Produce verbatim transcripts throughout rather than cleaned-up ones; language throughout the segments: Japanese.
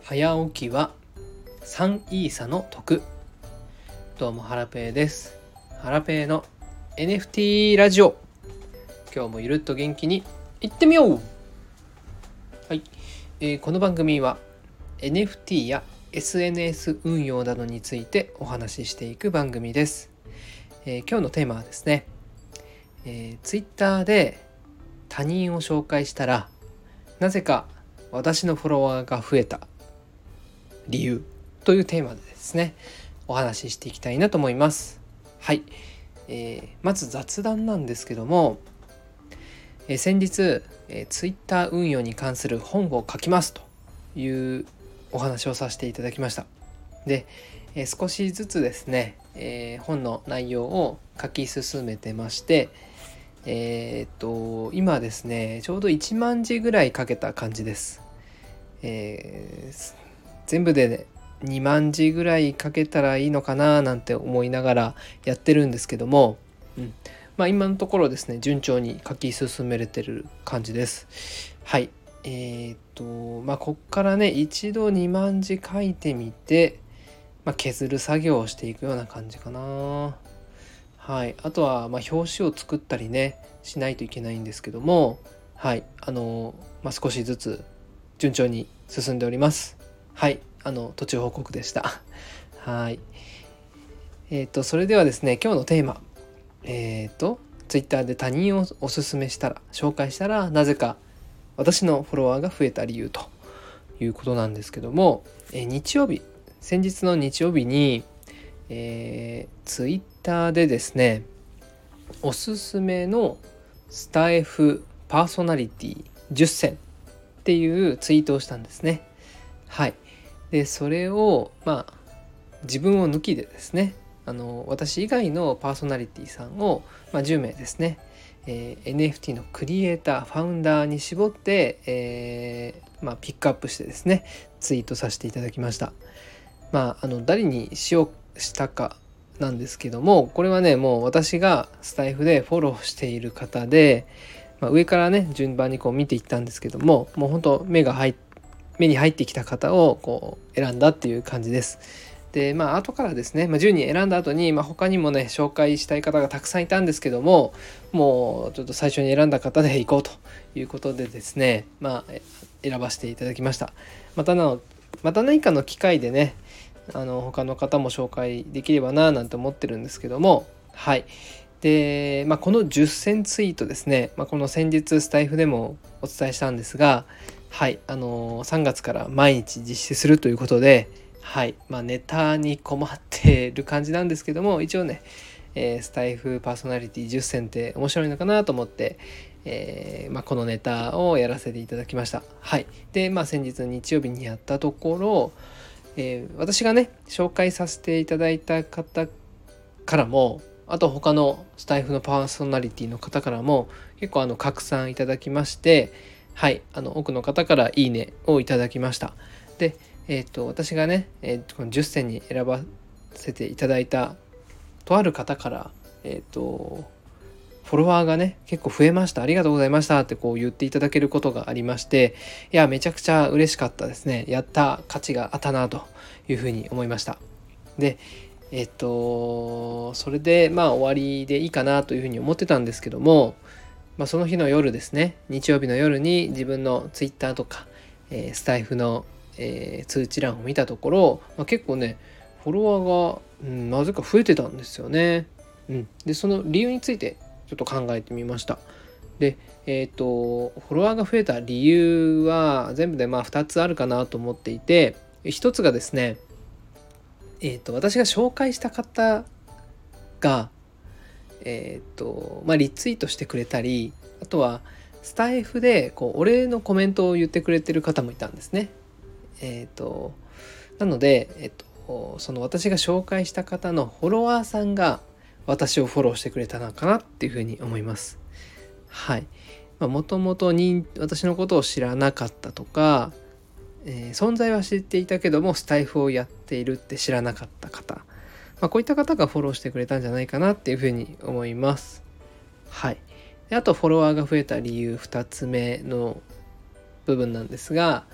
早起きはさんイーサの得。どうもハラペーです。ハラペーの エヌエフティー ラジオ、今日もゆるっと元気にいってみよう。はい、えー、この番組は エヌエフティー や エスエヌエス 運用などについてお話ししていく番組です。えー、今日のテーマはですね、えー、Twitter で他人を紹介したらなぜか私のフォロワーが増えた理由というテーマでですね、お話ししていきたいなと思います。はい、えー、まず雑談なんですけども、えー、先日、えー、Twitter 運用に関する本を書きますというお話をさせていただきました。で、えー、少しずつですね、えー、本の内容を書き進めてまして、えー、っと今ですねちょうどいちまんじぐらい書けた感じです。えー全部で、ね、にまんじぐらい書けたらいいのかななんて思いながらやってるんですけども、うん、まあ今のところですね順調に書き進めれてる感じです。はい、えー、っとまあこっからね一度にまんじ書いてみて、まあ、削る作業をしていくような感じかな。はい、あとはまあ表紙を作ったりねしないといけないんですけども、はいあの、まあ、少しずつ順調に進んでおります。はい、あの途中報告でした。はい。えっ、ー、とそれではですね、今日のテーマ、えっ、ー、とツイッターで他人をおすすめしたら、紹介したらなぜか私のフォロワーが増えた理由ということなんですけども、えー、日曜日、先日の日曜日に、えー、ツイッターでですね、おすすめのスタイフパーソナリティじゅっせんっていうツイートをしたんですね。はい。でそれをまあ自分を抜きでですね、あの私以外のパーソナリティさんを、まあ、じゅうめいですね、えー、エヌエフティー のクリエイターファウンダーに絞って、えーまあ、ピックアップしてですねツイートさせていただきました。まああの誰にしようしたかなんですけども、これはねもう私がスタイフでフォローしている方で、まあ、上からね順番にこう見ていったんですけども、もう本当目が入って目に入ってきた方をこう選んだっていう感じです。でまあ後からですね、まあ、じゅうにん選んだ後に、まあ、他にもね紹介したい方がたくさんいたんですけども、もうちょっと最初に選んだ方でいこうということでですね、まあ選ばせていただきました。またなまた何かの機会でね、あの他の方も紹介できればななんて思ってるんですけども、はいで、まあ、このじゅっせんツイートですね、まあ、この先日スタイフでもお伝えしたんですが、はいあのー、さんがつから毎日実施するということで、はいまあ、ネタに困ってる感じなんですけども、一応ね、えー、スタイフパーソナリティじゅっせんって面白いのかなと思って、えーまあ、このネタをやらせていただきました。はいで、まあ、先日日曜日にやったところ、えー、私がね紹介させていただいた方からも、あと他のスタイフのパーソナリティの方からも結構あの拡散いただきまして、はい、あの多くの方からいいねをいただきました。で、えー、と私がね、えー、とこのじゅっせんに選ばせていただいたとある方から、えー、とフォロワーがね結構増えました、ありがとうございましたってこう言っていただけることがありまして、いやめちゃくちゃ嬉しかったですね。やった価値があったなというふうに思いました。でえっとそれでまあ終わりでいいかなというふうに思ってたんですけども、まあ、その日の夜ですね、日曜日の夜に自分のツイッターとか、えー、スタイフの、えー、通知欄を見たところ、まあ、結構ねフォロワーが、うん、なぜか増えてたんですよね。うん、でその理由についてちょっと考えてみました。でえっとフォロワーが増えた理由は全部でまあふたつあるかなと思っていて、ひとつがですね、えっと私が紹介した方がえっとまあリツイートしてくれたり、あとはスタイフでこうお礼のコメントを言ってくれてる方もいたんですね。えっとなので、えっとその私が紹介した方のフォロワーさんが私をフォローしてくれたのかなっていうふうに思います。はい。もともとに私のことを知らなかったとか、えー、存在は知っていたけどもスタイフをやっているって知らなかった方、まあ、こういった方がフォローしてくれたんじゃないかなっていうふうに思います。はい。であとフォロワーが増えた理由ふたつめの部分なんですが、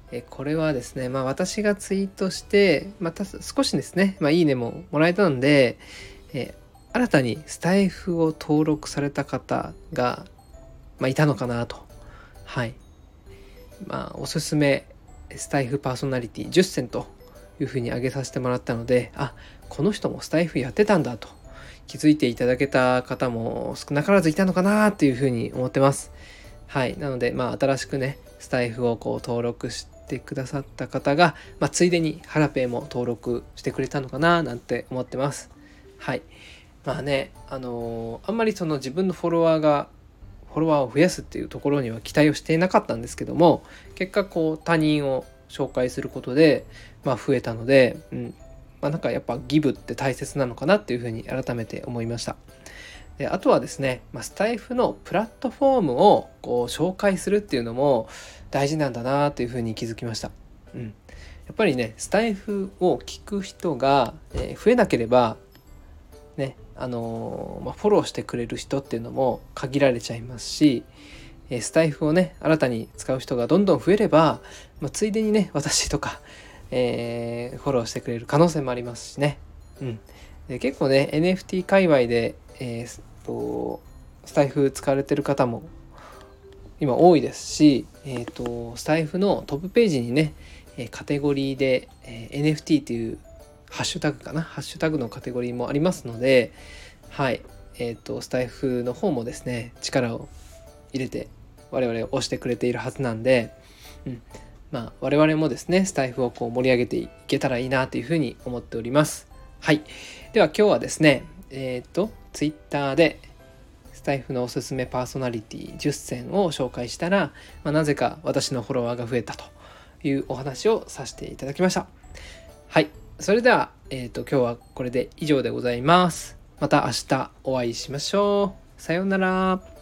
えこれはですね、まあ、私がツイートしてまた少しですね、まあ、いいねももらえたので、え新たにスタイフを登録された方が、まあ、いたのかなと。はい。まあ、おすすめスタイフパーソナリティじゅっせんというふうに挙げさせてもらったので、あ、この人もスタイフやってたんだと気づいていただけた方も少なからずいたのかなというふうに思ってます。はい。なので、まあ、新しくね、スタイフをこう登録してくださった方が、まあ、ついでにハラペイも登録してくれたのかななんて思ってます。はい。まあね、あのーあんまりその自分のフォロワーがフォロワーを増やすっていうところには期待をしていなかったんですけども、結果こう他人を紹介することで、まあ、増えたので、うんまあ、なんかやっぱギブって大切なのかなっていうふうに改めて思いました。であとはですね、まあ、スタイフのプラットフォームをこう紹介するっていうのも大事なんだなというふうに気づきました。うん、やっぱりねスタイフを聞く人が、えー増えなければね、あのーまあ、フォローしてくれる人っていうのも限られちゃいますし、えースタイフをね新たに使う人がどんどん増えれば、まあ、ついでにね私とか、えーフォローしてくれる可能性もありますしね、うん、で結構ね エヌエフティー 界隈で、えーとスタイフ使われてる方も今多いですし、えーとスタイフのトップページにねカテゴリーで、えー エヌエフティー っていうハッシュタグかなハッシュタグのカテゴリーもありますので、はいえっ、とスタイフの方もですね力を入れて我々を押してくれているはずなんで、うんまあ、我々もですねスタイフをこう盛り上げていけたらいいなというふうに思っております。はい。では今日はですねえっ、とツイッターでスタイフのおすすめパーソナリティじゅっせんを紹介したら、まあ、なぜか私のフォロワーが増えたというお話をさせていただきました。はい。それでは、えっと、今日はこれで以上でございます。また明日お会いしましょう。さようなら。